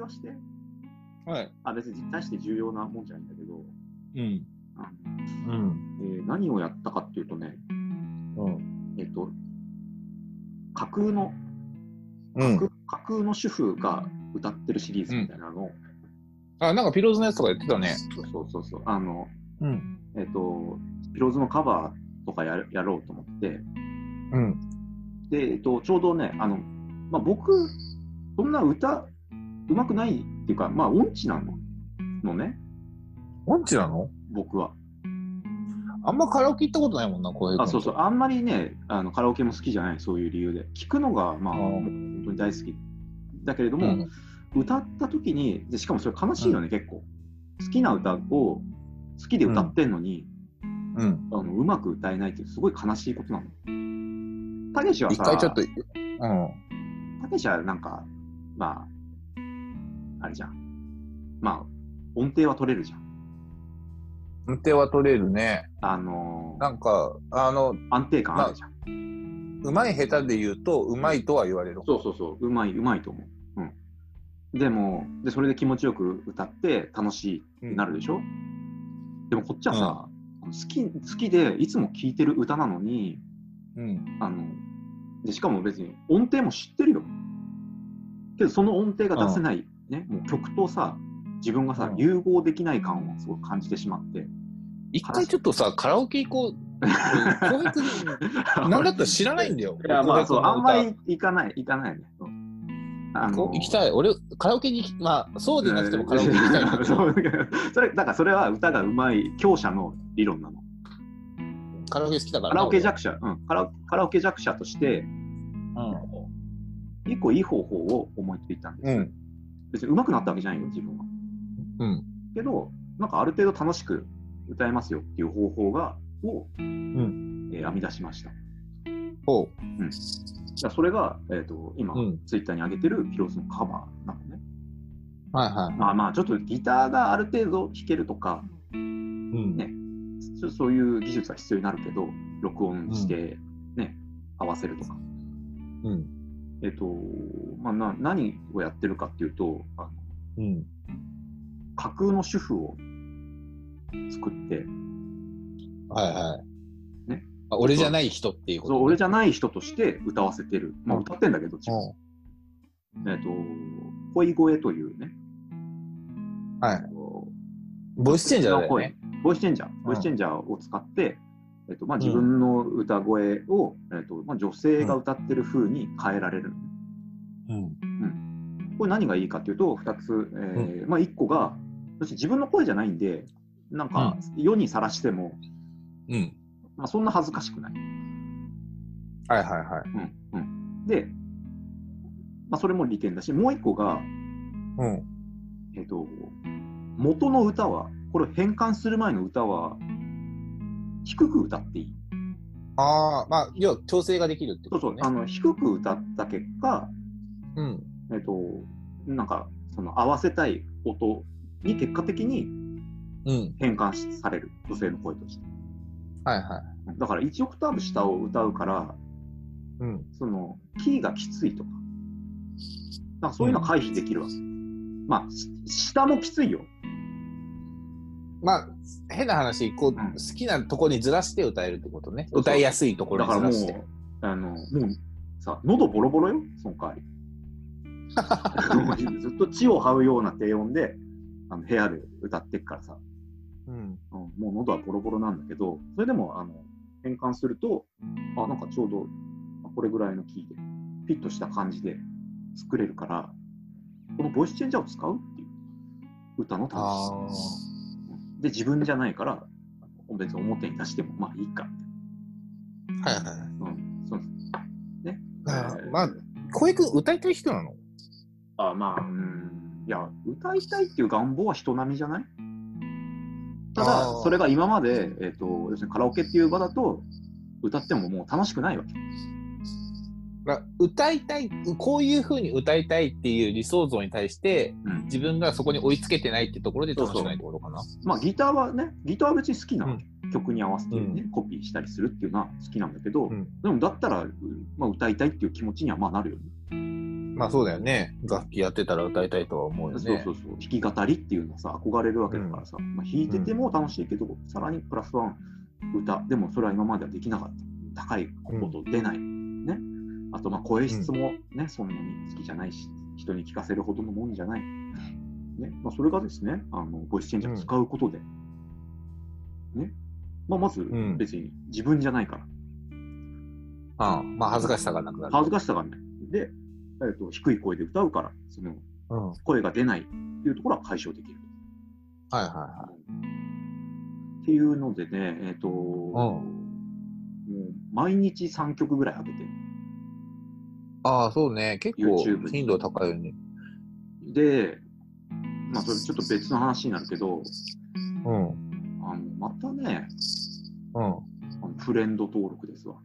はして、 はい。 別に大して重要なもんじゃないんだけど、 うん。 何をやったかっていうとね、 うん。 架空の主婦が歌ってるシリーズみたいなのを、 なんかピローズのやつとか言ってたね。 そう。 うん。 ピローズのカバーとかやろうと思って、 うん。 で、ちょうどね、僕、そんな歌、うまくないっていうか、音痴なのね。 音痴なの？ 僕は。 あんまカラオケ行ったことないもんな、こういう。 そう。あんまりね、カラオケも好きじゃない、そういう理由で。聞くのが、本当に大好き。だけれども、歌った時に、しかもそれ悲しいよね、結構。好きな歌を好きで歌ってんのに、うまく歌えないってすごい悲しいことなの。たけしはさ、 一回ちょっと、 たけしはなんか、あれじゃん。音程は取れるじゃん。 音程は取れるね。なんか、 安定感あるじゃん。 うまい下手で言うと、うまいとは言われる。 そう。うまいと思う。でも、それで気持ちよく歌って楽しいってなるでしょ？でもこっちはさ、好きでいつも聴いてる歌なのに、でしかも別に音程も知ってるよ。けどその音程が出せない、ね、もう曲とさ、自分がさ、融合できない感をすごく感じてしまって。 一回ちょっとさ、カラオケ行こう。なんだったら知らないんだよ。 いや、あんまり行かないね。 行きたい。俺、カラオケにそうでなくてもカラオケに行きたいんだけど。 それは歌がうまい強者の理論なの。 カラオケ好きだから。 カラオケ弱者、カラオケ弱者として、一個いい方法を思いついたんです。別に上手くなったわけじゃないよ、自分は。けど、なんかある程度楽しく歌えますよっていう方法を編み出しました。それが、今、ツイッターに上げてるピローズのカバーなのね。ちょっとギターがある程度弾けるとか、ね、そういう技術は必要になるけど、録音して、合わせるとか。何をやってるかっていうと、架空の主婦を作って、 俺じゃない人っていうこと、 俺じゃない人として歌わせてる。歌ってんだけど、恋声というね。 ボイスチェンジャーだよね。 ボイスチェンジャーを使って、自分の歌声を、女性が歌ってる風に変えられる。これ何がいいかというと、2つ、1個が、自分の声じゃないんで、なんか世にさらしても、そんな恥ずかしくない。で、それも利点だし、もう一個が、元の歌は、これを変換する前の歌は、低く歌っていい。 要は調整ができるってことね。 低く歌った結果、なんか、その合わせたい音に結果的に変換される、女性の声として。だから1オクターブ下を歌うから、そのキーがきついとか、なんかそういうのは回避できるわけ。下もきついよ。 変な話、好きなところにずらして歌えるってことね。歌いやすいところにずらして。 だからもうさ、喉ボロボロよ、その代わり。ずっと血を這うような低音で部屋で歌ってっからさ、もう喉はボロボロなんだけど、それでも変換すると、なんかちょうどこれぐらいのキーでピッとした感じで作れるから、このボイスチェンジャーを使うっていう歌の楽しさで、自分じゃないから別に表に出してもいいかみたいな。そうね。 小江君歌いたい人なの？ いや、歌いたいっていう願望は人並みじゃない？ただ、それが今まで、要するにカラオケっていう場だと、歌ってももう楽しくないわけ。 歌いたい、こういう風に歌いたいっていう理想像に対して、自分がそこに追いつけてないってところで楽しくないってことかな。 ギターは別に好きなわけ。曲に合わせてね、コピーしたりするっていうのは好きなんだけど、でもだったら、歌いたいっていう気持ちにはなるよね。 まあそうだよね。楽器やってたら歌いたいとは思うよね。 そうそうそう。弾き語りっていうのはさ、憧れるわけだからさ、まあ、弾いてても楽しいけど、さらにプラスワン歌、でもそれは今まではできなかった。高い音出ない。ね。あと、まあ声質もね、そんなに好きじゃないし、人に聞かせるほどのもんじゃない。ね。まあ、それがですね、ボイスチェンジャー使うことで、ね。まあ、まず、別に自分じゃないから。 まあ恥ずかしさがなくなる。 恥ずかしさがない。で、低い声で歌うから、その、声が出ないっていうところは解消できる。 はいはいはい。 っていうのでね、もう毎日3曲ぐらい上げてる。 ああ、そうね。結構頻度高いよね。 で、まあそれちょっと別の話になるけど、またね、フレンド登録ですわ。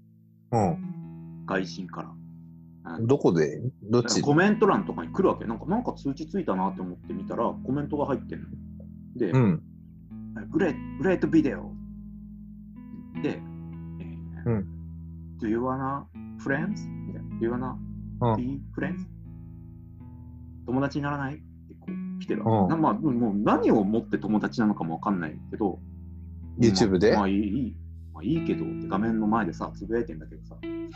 外人から。 どこでどっちコメント欄とかに来るわけ。なんか通知ついたなって思って見たら、コメントが入ってるの。で、グレートビデオ。で、Do you wanna friends? Do you wanna be friends? 友達にならないってこう来てるわけ。まあ、もう何をもって友達なのかもわかんないけど、 YouTube でまあいいけどって画面の前でさ、つぶやいてんだけどさ。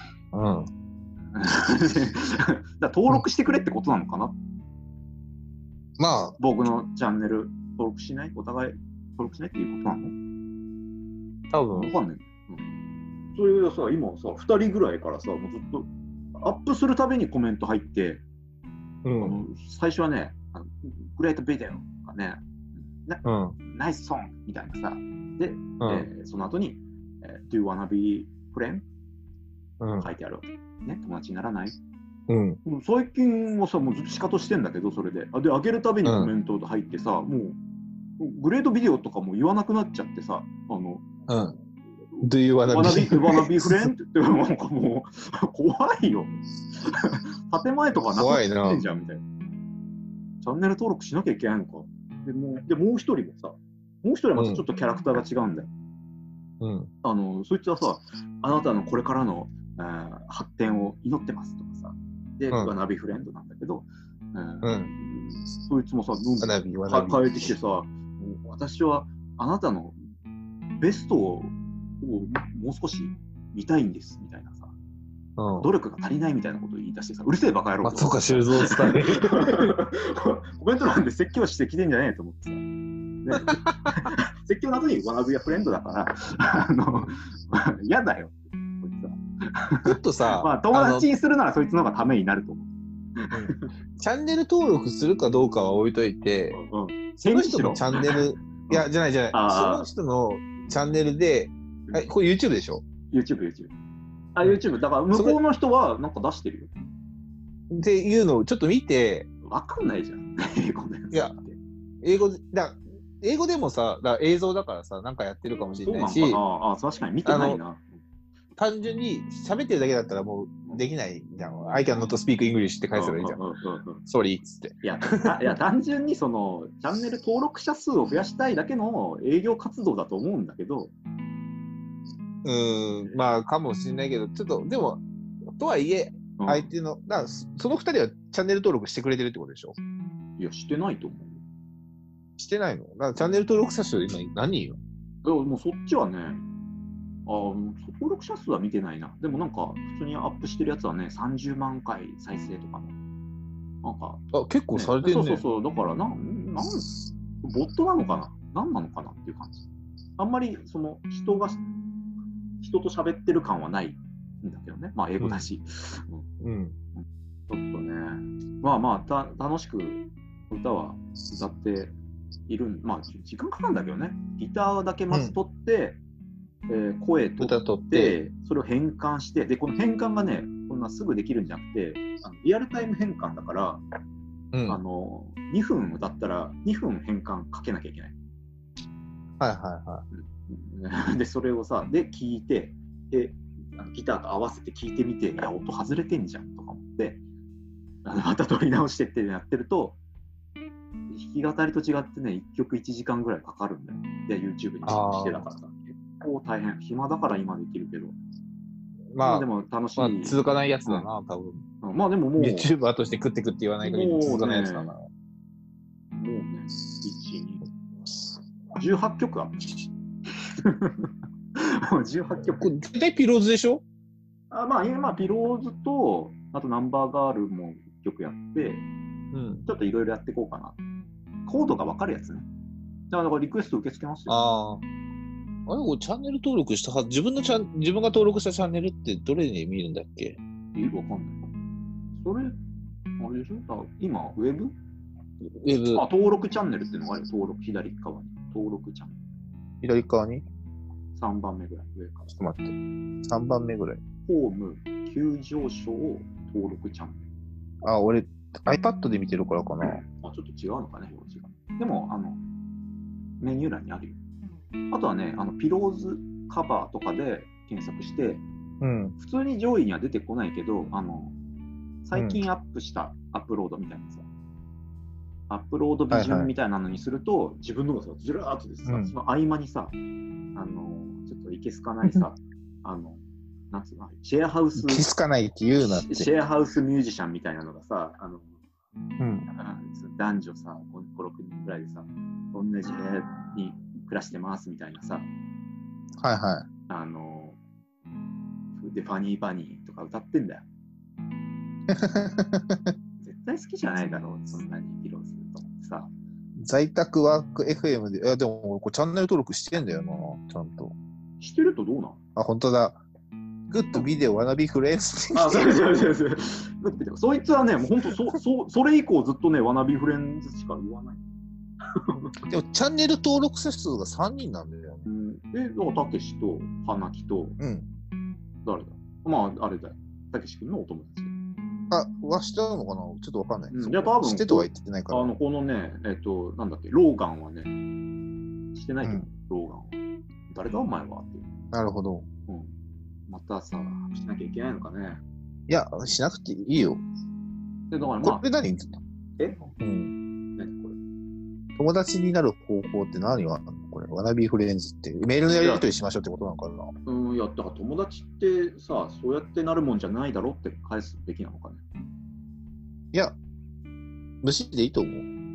だ登録してくれってことなのかな。 まあ僕のチャンネル登録しない、お互い登録しないっていうことなの？ 多分わかんない。それがさ、今さ、2人ぐらいからさ、もうずっとアップするたびにコメント入って、最初はね、グレートビデオとかね、ナイスソングみたいなさ、で、その後に、Do you wanna be friend? 書いてあるわけ。ね、友達にならない？最近はさ、もうずっとシカトしてんだけど、それで。上げるたびにコメント入ってさ、もう、グレートビデオとかも言わなくなっちゃってさ、 Do you wanna be friend? って言って、なんかもう、怖いよ。建前とかなくなってんじゃん、みたいな。チャンネル登録しなきゃいけないのか。でもう一人もさ、もう一人はまたちょっとキャラクターが違うんだよ。そいつはさ、あなたのこれからの発展を祈ってますとかさ、で、wanna be friendなんだけど、そいつもさ、変えてきてさ、私はあなたのベストをもう少し見たいんですみたいなさ、努力が足りないみたいなことを言い出してさ、うるせえバカ野郎。 松岡修造スタイル。 コメント欄で説教してきてんじゃねえと思ってさ。説教の後にwanna be a friendだから、嫌だよ。こいつは。 ちょっとさ、 まあ友達にするならそいつの方がためになると思う。 チャンネル登録するかどうかは置いといて、その人のチャンネル、いや、じゃない。その人のチャンネルで、これ YouTube でしょ？ YouTube。YouTube。だから向こうの人はなんか出してるよ。 っていうのをちょっと見て。 わかんないじゃん。英語で。 いや、英語でもさ、映像だからさ、なんかやってるかもしれないし。 確かに見てないな。 単純に喋ってるだけだったらもうできないじゃん。I can not speak English って返せばいいじゃん。Sorry っつって。 いや、単純にそのチャンネル登録者数を増やしたいだけの営業活動だと思うんだけど。 まあかもしれないけど、ちょっとでもとはいえ相手のその2人はチャンネル登録してくれてるってことでしょ？ いや、してないと思う。 してないの？だからチャンネル登録者数今何人よ？ もうそっちはね、登録者数は見てないな。でもなんか普通にアップしてるやつはね、30万回再生とかの。なんか結構されてるね。 そう。だからボットなのかな？何なのかなっていう感じ。あんまりその人と喋ってる感はないんだけどね。まあ英語だし。ちょっとね、まあ楽しく歌は歌っている。まあ時間かかるんだけどね。ギターだけまず取って、声取って、それを変換して、でこの変換がね、こんなすぐできるんじゃなくて、リアルタイム変換だから、2分歌ったら2分変換かけなきゃいけない。でそれをさ、で聞いて、でギターと合わせて聞いてみて、いや音外れてんじゃんとか思って、また取り直してってやってると、弾き語りと違ってね、1曲1時間ぐらいかかるんだよ。で YouTube にしてたからさ、結構大変。暇だから今できるけど。 まあ、 でも楽しい。 まあ、続かないやつだな、多分。 まあでももう。 YouTuber として食ってくって言わない限り続かないやつだな。 もうね、1、2、18曲ある。18曲。 絶対ピローズでしょ？ まあ、ピローズと、あとナンバーガールも1曲やって、ちょっといろいろやっていこうかな。コードが分かるやつね。だからリクエスト受け付けますよ。 あれ、チャンネル登録したはず、自分が登録したチャンネルってどれで見るんだっけ？ わかんない。それ、あれでしょ？今、ウェブ？登録チャンネルっていうのがあるよ。登録、左側に。登録チャンネル。 左側に ?3 番目ぐらい、上から。 ちょっと待って。3番目ぐらい。 ホーム、急上昇、登録チャンネル。 俺、iPad で見てるからかな。 ちょっと違うのかね、表示が。でも、メニュー欄にあるよ。あとはね、ピローズカバーとかで検索して、普通に上位には出てこないけど、最近アップしたアップロードみたいなさ、アップロードビジョンみたいなのにすると、自分のがさ、ずらーっとでさ、その合間にさ、ちょっといけすかないさ、なんつうの、シェアハウス、 いけすかないって言うなって。 シェアハウスミュージシャンみたいなのがさ、男女さ、5、6人ぐらいでさ、同じ部屋に暮らしてますみたいなさ、で、ファニーバニーとか歌ってんだよ。絶対好きじゃないだろう、そんなに披露すると思ってさ。 在宅ワーク FM で、でもこれチャンネル登録してんだよな、ちゃんと。 してるとどうなん？ 本当だ。グッドビデオワナビフレンズ。 そいつはね、もう本当それ以降ずっとね、ワナビフレンズしか言わない。 でもチャンネル登録者数が3人なんだよね。 だからたけしと花木と、誰だ？まああれだよ。たけし君のお友達。 してたのかな？ちょっとわかんない。 いや、多分してとは言ってないから。 このね、なんだっけ、ローガンはね、してないと思う、ローガンは。誰だお前はって。 なるほど。 またさ、しなきゃいけないのかね。 いや、しなくていいよ。 だからこれ何？ 何これ？ 友達になる方法って何があるの？これ、ワナビーフレンズってメールのやり取りしましょうってことなのかな？ いや、だから友達ってさ、そうやってなるもんじゃないだろって返すべきなのかね。 いや、無視でいいと思う。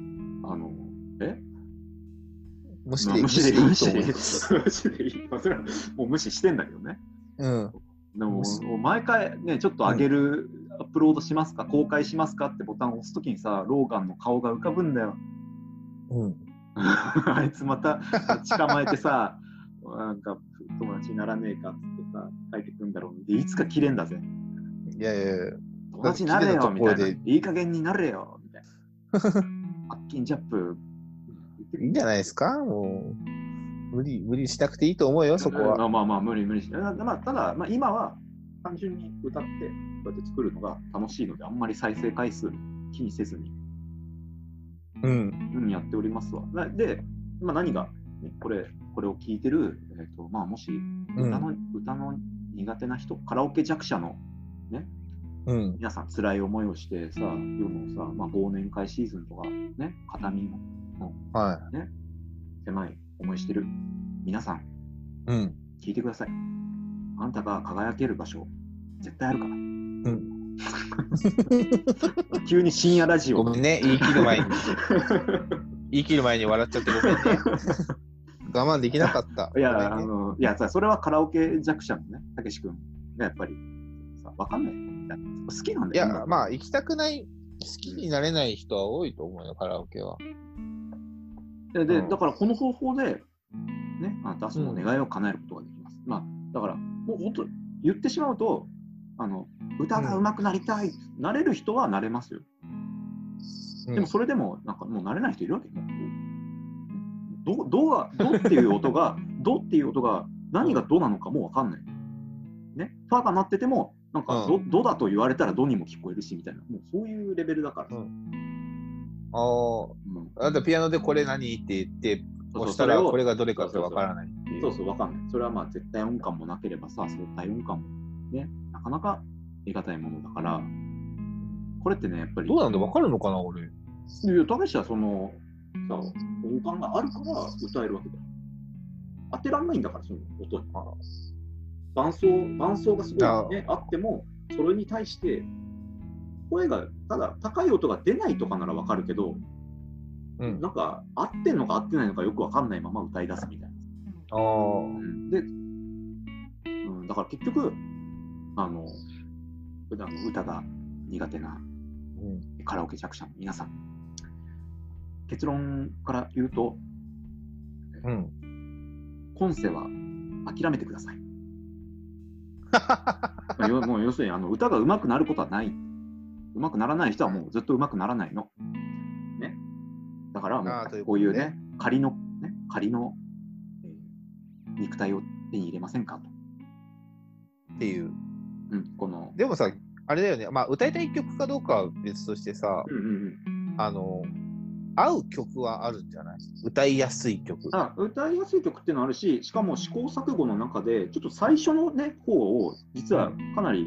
無視でいいと思う。 無視でいい。それはもう無視してんだけどね。でも、毎回ね、ちょっと上げる、アップロードしますか、公開しますかってボタンを押すときにさ、ローガンの顔が浮かぶんだよ。あいつまた捕まえてさ、なんか友達にならねえかっつってさ、書いてくんだろう。で、いつか切れんだぜ。 いやいや友達になれよみたいな。いい加減になれよみたいな。アッキンジャップ。 いいんじゃないですか？もう無理しなくていいと思うよ、そこは。 まあ無理しない。ただ、今は単純に歌ってこうやって作るのが楽しいので、あんまり再生回数気にせずに、やっておりますわ。で、何が、ね、これを聞いてる、もし歌の苦手な人、カラオケ弱者のね、皆さん辛い思いをしてさ、世のさ、忘年会シーズンとかね、片身の、ね、狭い思いしてる皆さん、聞いてください。あんたが輝ける場所絶対あるから。急に深夜ラジオ。 ごめんね、言い切る前に笑っちゃってごめんね。我慢できなかった。 いや、それはカラオケ弱者のね、たけし君がやっぱりさ、わかんない。好きなんだよ。 いや、行きたくない、好きになれない人は多いと思うよ、カラオケは。 だからこの方法で、ね、出すの願いを叶えることができます。だから、もう本当、言ってしまうと、歌が上手くなりたい、なれる人はなれますよ。でもそれでも、もうなれない人いるわけね。ドっていう音が、何がドなのかもわかんない。ね、ファが鳴ってても、ドだと言われたらドにも聞こえるしみたいな、もうそういうレベルだから。 あとピアノでこれ何って言って押したらこれがどれかってわからないっていう。 そうわかんない。それは絶対音感もなければさ、相対音感もね、なかなか得難いものだから、これってね、やっぱり。 どうなんだ、わかるのかな、俺。 いや、たけしは音感があるから歌えるわけだよ。当てらんないんだから、その音に。 伴奏がすごい、ね、あっても、それに対して声がただ高い音が出ないとかならわかるけど、なんか合ってんのか合ってないのかよくわかんないまま歌い出すみたいな。で、だから結局歌が苦手なカラオケ弱者の皆さん、結論から言うと、今世は諦めてください。もう要するに歌が上手くなることはない。上手くならない人はもうずっと上手くならないの。ね、だからもうこういうね、仮の肉体を手に入れませんかと。 っていう。でもさ、あれだよね、まあ歌いたい曲かどうかは別としてさ、合う曲はあるんじゃない？歌いやすい曲。 歌いやすい曲っていうのはあるし、しかも試行錯誤の中で、ちょっと最初のね、方を、実はかなり、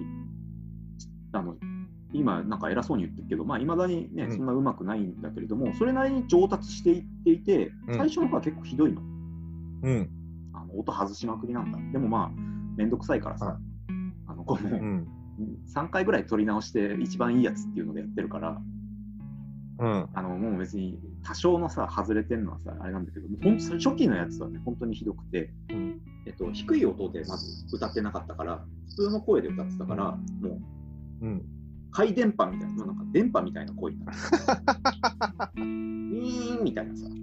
今、なんか偉そうに言ってるけど、いまだにね、そんな上手くないんだけれども、それなりに上達していっていて、最初の方は結構ひどいの。音外しまくりなんだ。でもめんどくさいからさ、この3回ぐらい撮り直して、一番いいやつっていうのでやってるから、もう別に多少のさ外れてるのはさあれなんだけど、初期のやつはね本当にひどくて、低い音でまず歌ってなかったから、普通の声で歌ってたから、もう、回電波みたいな、なんか電波みたいな声になる。ウィーンみたいなさ、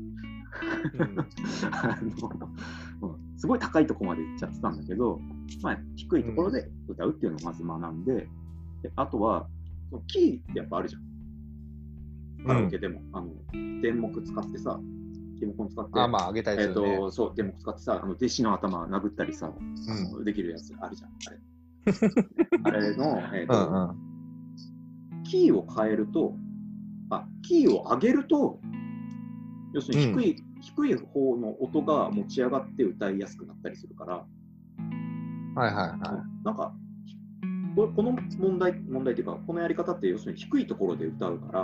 すごい高いところまで行っちゃってたんだけど、低いところで歌うっていうのをまず学んで、あとはキーってやっぱあるじゃん。カラオケでも、電目使ってさ、リモコン使って、 上げたりするね。 そう、電目使ってさ、弟子の頭殴ったりさ、できるやつあるじゃん、あれ。あれの、キーを変えると、キーを上げると、要するに低い方の音が持ち上がって歌いやすくなったりするから、なんか、この問題っていうか、このやり方って要するに低いところで歌うから、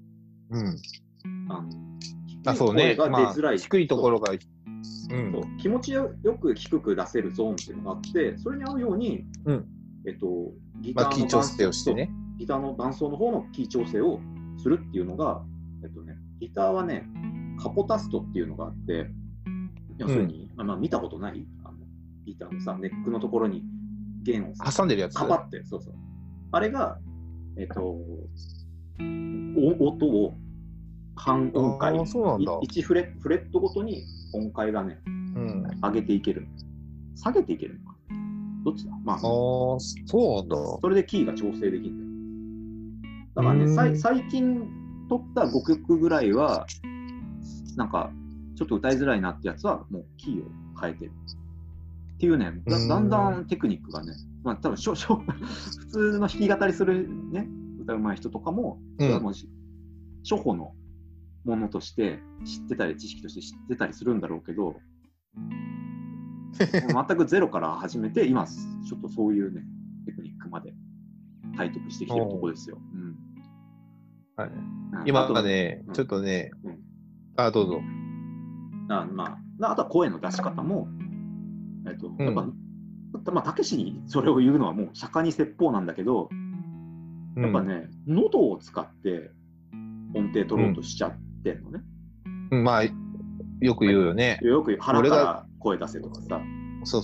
そうね、 声が出づらい、 低いところが、 気持ちよく低く出せるゾーンっていうのがあって、それに合うように、ギターのキー調整をしてね、 ギターの伴奏の方のキー調整をするっていうのが、ギターはね、カポタストっていうのがあって、要するに、見たことない？ギターのさ、ネックのところに弦を挟んでるやつ。 カパって、そう。あれが、音を半音階、1フレットごとに音階がね、上げていける。下げていけるのか。どっちだ？ そうなんだ。 それでキーが調整できるんだよ。だからね、最近撮った5曲ぐらいは、なんか、ちょっと歌いづらいなってやつは、もうキーを変えてる。っていうね、だんだんテクニックがね、多分普通の弾き語りするね、歌うまい人とかも、初歩のものとして知ってたり、知識として知ってたりするんだろうけど、全くゼロから始めて、今、ちょっとそういうね、テクニックまで体得してきてるところですよ。 今ね、ちょっとね、どうぞ。 あとは声の出し方も、やっぱ、たけしにそれを言うのはもう釈迦に説法なんだけど、やっぱね、喉を使って音程取ろうとしちゃってんのね。 よく言うよね。 よく腹から声出せとかさ。 そう。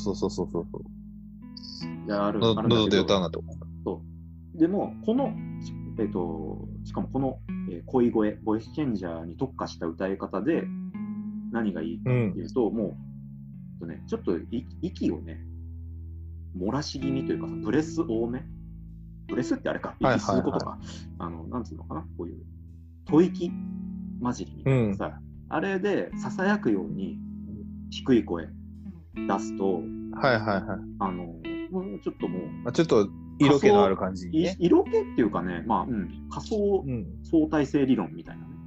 喉で歌うなと。 でも、しかもこの恋声、ボイスチェンジャーに特化した歌い方で何がいいかっていうと、もう、ちょっと息をね、漏らし気味というか、ブレス多め。ブレスってあれか、息吸うことか。なんつうのかな、こういう、吐息混じりみたいなさ、あれでささやくように低い声出すと、ちょっともう、 ちょっと色気のある感じにね。 色気っていうかね、仮想相対性理論みたいなね。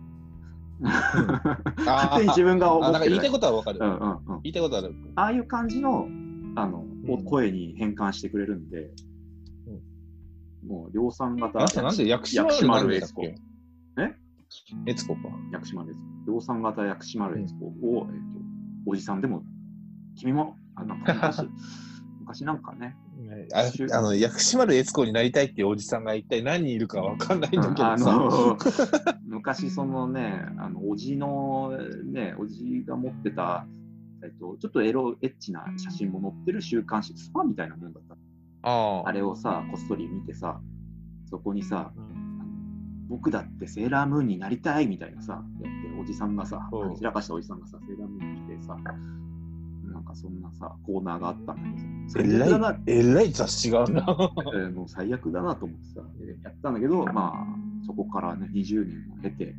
勝手に自分が思ってる。 言いたいことは分かる。言いたいことはある。 ああいう感じの声に変換してくれるんで、もう量産型。 なんで薬師丸エツコ。エツコか。 薬師丸エツコ。量産型薬師丸エツコを、おじさんでも、君も、 昔なんかね、 薬師丸悦子になりたいっていうおじさんが一体何人いるかわかんないんだけどさ、 昔そのね、おじが持ってた、ちょっとエッチな写真も載ってる週刊誌、スパみたいなもんだった。あれをさ、こっそり見てさ、そこにさ、僕だってセーラームーンになりたいみたいなさ、やってるおじさんがさ、散らかしたおじさんがさ、セーラームーンに来てさ、なんかそんなさ、コーナーがあったんだけどさ、 えらい雑誌があるな。 もう最悪だなと思ってさ、やったんだけど、まあ、そこからね、20年を経て、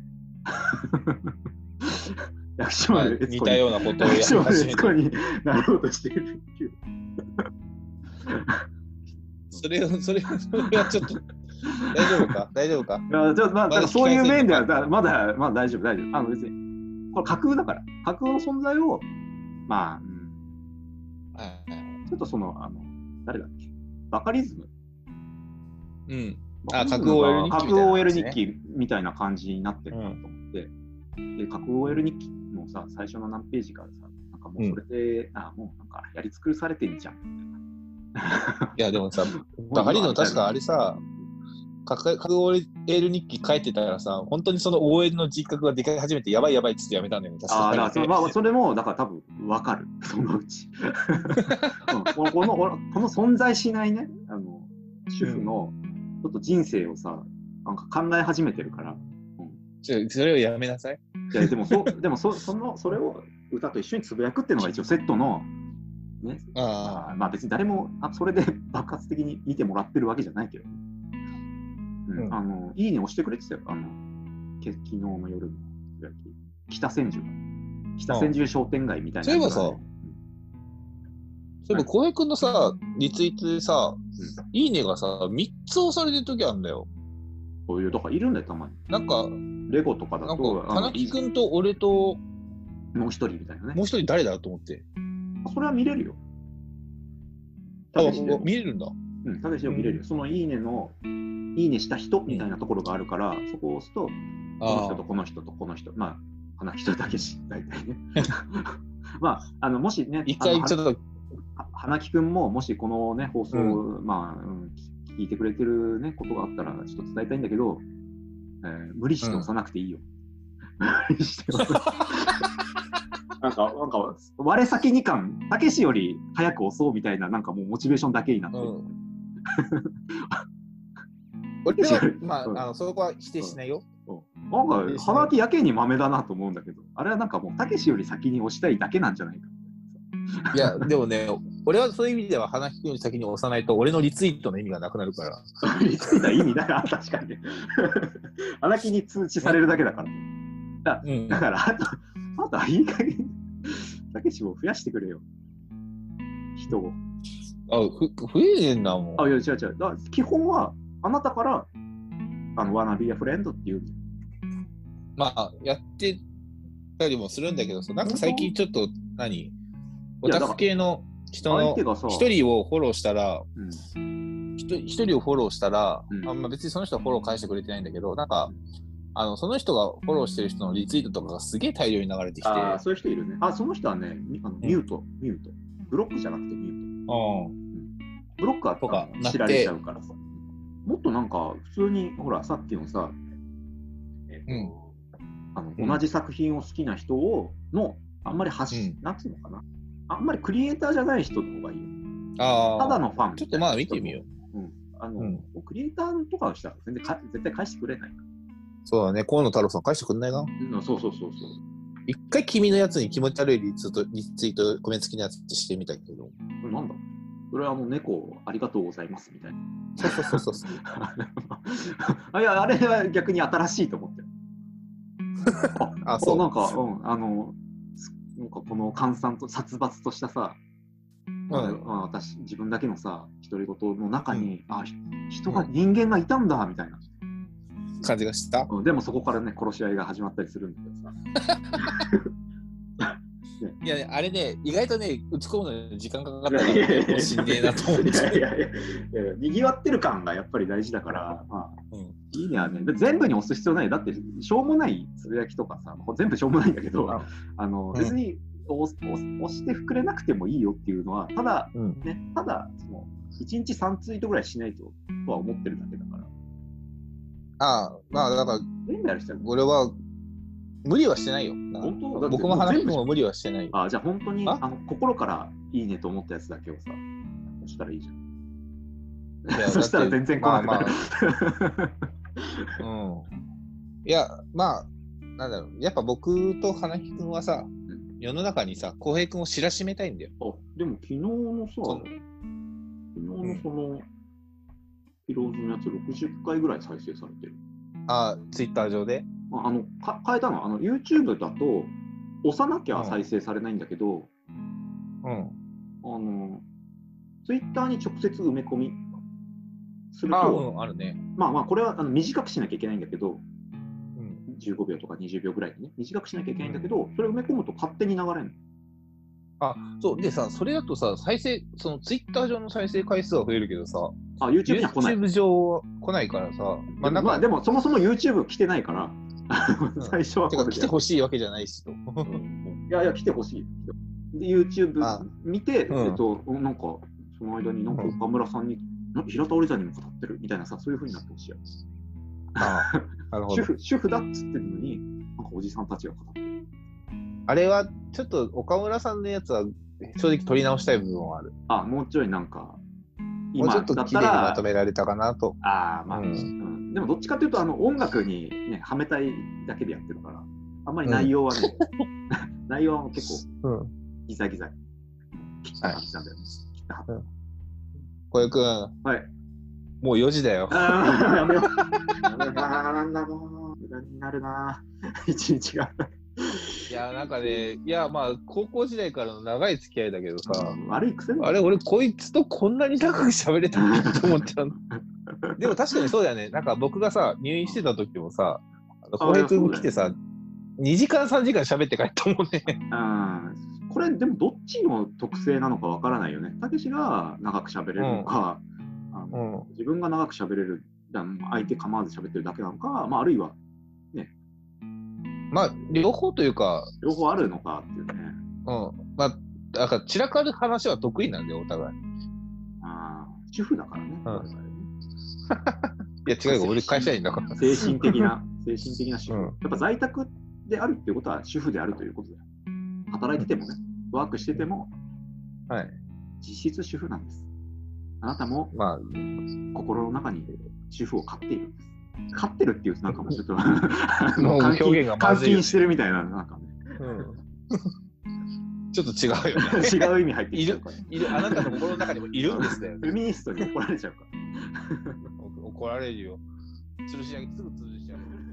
薬師丸悦子に、 似たようなことをやり始めてになろうとしているっていう。 それはちょっと大丈夫かいや、じゃあ、まあ、だからそういう面ではまだ大丈夫。別にこれ架空だから、架空の存在をまあ、ちょっと誰だっけ、バカリズム。 架空 OL 日記みたいな感じになってるなと思って、で架空 OL 日記のさ、最初の何ページからさ、なんかもうそれで、もうなんかやり尽くされてんじゃんみたいな。 いやでもさ、バカリズム確かあれさ、架空 OL 日記書いてたらさ、本当にその OL の人格がでかい始めてやばいっつってやめたんだよね。 それもだから多分分かる、そのうち。この存在しないね、主婦のちょっと人生をさ、なんか考え始めてるから。 それをやめなさい。 いやでもそれを歌と一緒につぶやくっていうのが一応セットの、ね、まあ別に誰もそれで爆発的に見てもらってるわけじゃないけど、いいね押してくれてたよ、昨日の夜のつぶやき、北千住商店街みたいな。 そういえばさ、浩平君のさ、リツイートでさ、いいねがさ、3つ押されてる時あるんだよ。 そういう、だからいるんだよ、たまに。 なんか、 レゴとかだと、 花木くんと俺と、 もう一人みたいなね。 もう一人誰だと思って。 それは見れるよ。 見れるんだ。 たけしでも見れるよ。そのいいねした人みたいなところがあるから、そこを押すと、この人とこの人とこの人、まあ、花木とたけし、大体ね。まあ、もしね、 一回ちょっと、 花木くんも、もしこのね、放送を、聞いてくれてるね、ことがあったら、ちょっと伝えたいんだけど、無理して押さなくていいよ。無理して押さなくて。なんか我先に感、たけしより早く押そうみたいな、なんかもうモチベーションだけになってる。 俺は、そこは否定しないよ。 なんか、花木やけに豆だなと思うんだけど、あれはなんかもう、たけしより先に押したいだけなんじゃないか。 いや、でもね、俺はそういう意味では、花木君より先に押さないと、俺のリツイートの意味がなくなるから。 リツイートは意味だから、確かに。花木に通知されるだけだから。だから、あとはいい加減、たけしを増やしてくれよ。人を。 増えねえんだもん。 いや、違う。基本は、あなたから、wanna be a friend って言う。 まあ、やってたりもするんだけどさ、なんか最近ちょっと、オタク系の人の一人をフォローしたら、一人をフォローしたら、別にその人はフォロー返してくれてないんだけど、なんか、その人がフォローしてる人のリツイートとかがすげえ大量に流れてきて。 そういう人いるね。その人はね、ミュート。ブロックじゃなくてミュート。ブロックはとか知られちゃうからさ。もっとなんか、普通に、ほら、さっきのさ、同じ作品を好きな人あんまりなんつうのかな。あんまりクリエイターじゃない人の方がいいよ。ただのファン。 ちょっとまあ見てみよう。クリエイターとかの人は絶対返してくれないから。 そうだね、河野太郎さん返してくんないな。 そう。 一回君のやつに気持ち悪いリツイート、コメント付きのやつしてみたけど。 なんだそれは猫ありがとうございますみたいな。そう。いや、あれは逆に新しいと思ってる。そう。なんかこの閑散と殺伐としたさ、自分だけのさ、独り言の中に、人間がいたんだみたいな感じがした。 でもそこからね、殺し合いが始まったりするんだけどさ。 いや、あれね、意外とね、打ち込むのに時間かかったらしんねえなと思って。 にぎわってる感がやっぱり大事だから、いいねはね、全部に押す必要ない。だって、しょうもないつぶやきとかさ、全部しょうもないんだけど、別に押して膨れなくてもいいよっていうのは、ただ、ね、ただその1日3ツイートぐらいしないとは思ってるだけだから。 まあだから、俺は無理はしてないよ。本当僕も話も無理はしてないよ。 じゃあ本当に心からいいねと思ったやつだけをさ、押したらいいじゃん。そしたら全然来なくなる。 いや、まあ、なんだろう、やっぱ僕と花木くんはさ、世の中にさ、浩平くんを知らしめたいんだよ。 でも昨日のさ、その、ピローズのやつ60回ぐらい再生されてる。 ツイッター上で変えたの。YouTube だと、押さなきゃ再生されないんだけど、ツイッターに直接埋め込みすると、 あるね。 まあこれは短くしなきゃいけないんだけど、15秒とか20秒ぐらいでね、短くしなきゃいけないんだけど、それを埋め込むと勝手に流れるの。 そうでさ、それだとさ、そのツイッター上の再生回数は増えるけどさ、 YouTube には来ない。 YouTube 上は来ないからさ、 でもそもそも YouTube 来てないから、最初は来てほしいわけじゃないしと。 いや、来てほしい。で、YouTube 見て、なんか、その間になんか岡村さんに、平田織さんにも語ってるみたいなさ、そういう風になってほしいやつ。なるほど。主婦だっつってるのに、なんかおじさんたちが語ってる。 あれはちょっと岡村さんのやつは正直取り直したい部分はある。 もうちょいなんか、 今ちょっと綺麗にまとめられたかなと。 でもどっちかというと音楽にねはめたいだけでやってるから、あんまり内容はね、内容は結構ギザギザ切った感じなんだよね。 小籔くん。 はい。 もう4時だよ。 やめよう。なんだもう無駄になるな。一日が。 いやなんかね、まあ高校時代からの長い付き合いだけどさ、 悪い癖あれ俺こいつとこんなに長く喋れたのと思っちゃう。でも確かにそうだよね。なんか僕がさ入院してた時もさ、浩平くん来てさ、2時間3時間喋って帰ったもんね。 これでもどっちの特性なのかわからないよね。たけしが長く喋れるのか、自分が長く喋れる、相手構わず喋ってるだけなのか、あるいはね。 両方というか。 両方あるのかっていうね。 だから散らかる話は得意なんだよ、お互い。 主婦だからね。 いや違うよ、俺会社員だから。 精神的な主婦。やっぱ在宅であるっていうことは主婦であるということだよ。働いててもね、ワークしてても、実質主婦なんです。あなたも、心の中に主婦を飼っているんです。飼ってるっていうとなんかもうちょっと表現が監禁してるみたいな、なんかね。 ちょっと違うよね。 違う意味入ってきちゃうから。 あなたの心の中にもいるんですね。 フェミニストに怒られちゃうから。 怒られるよ。すぐ吊るしちゃう。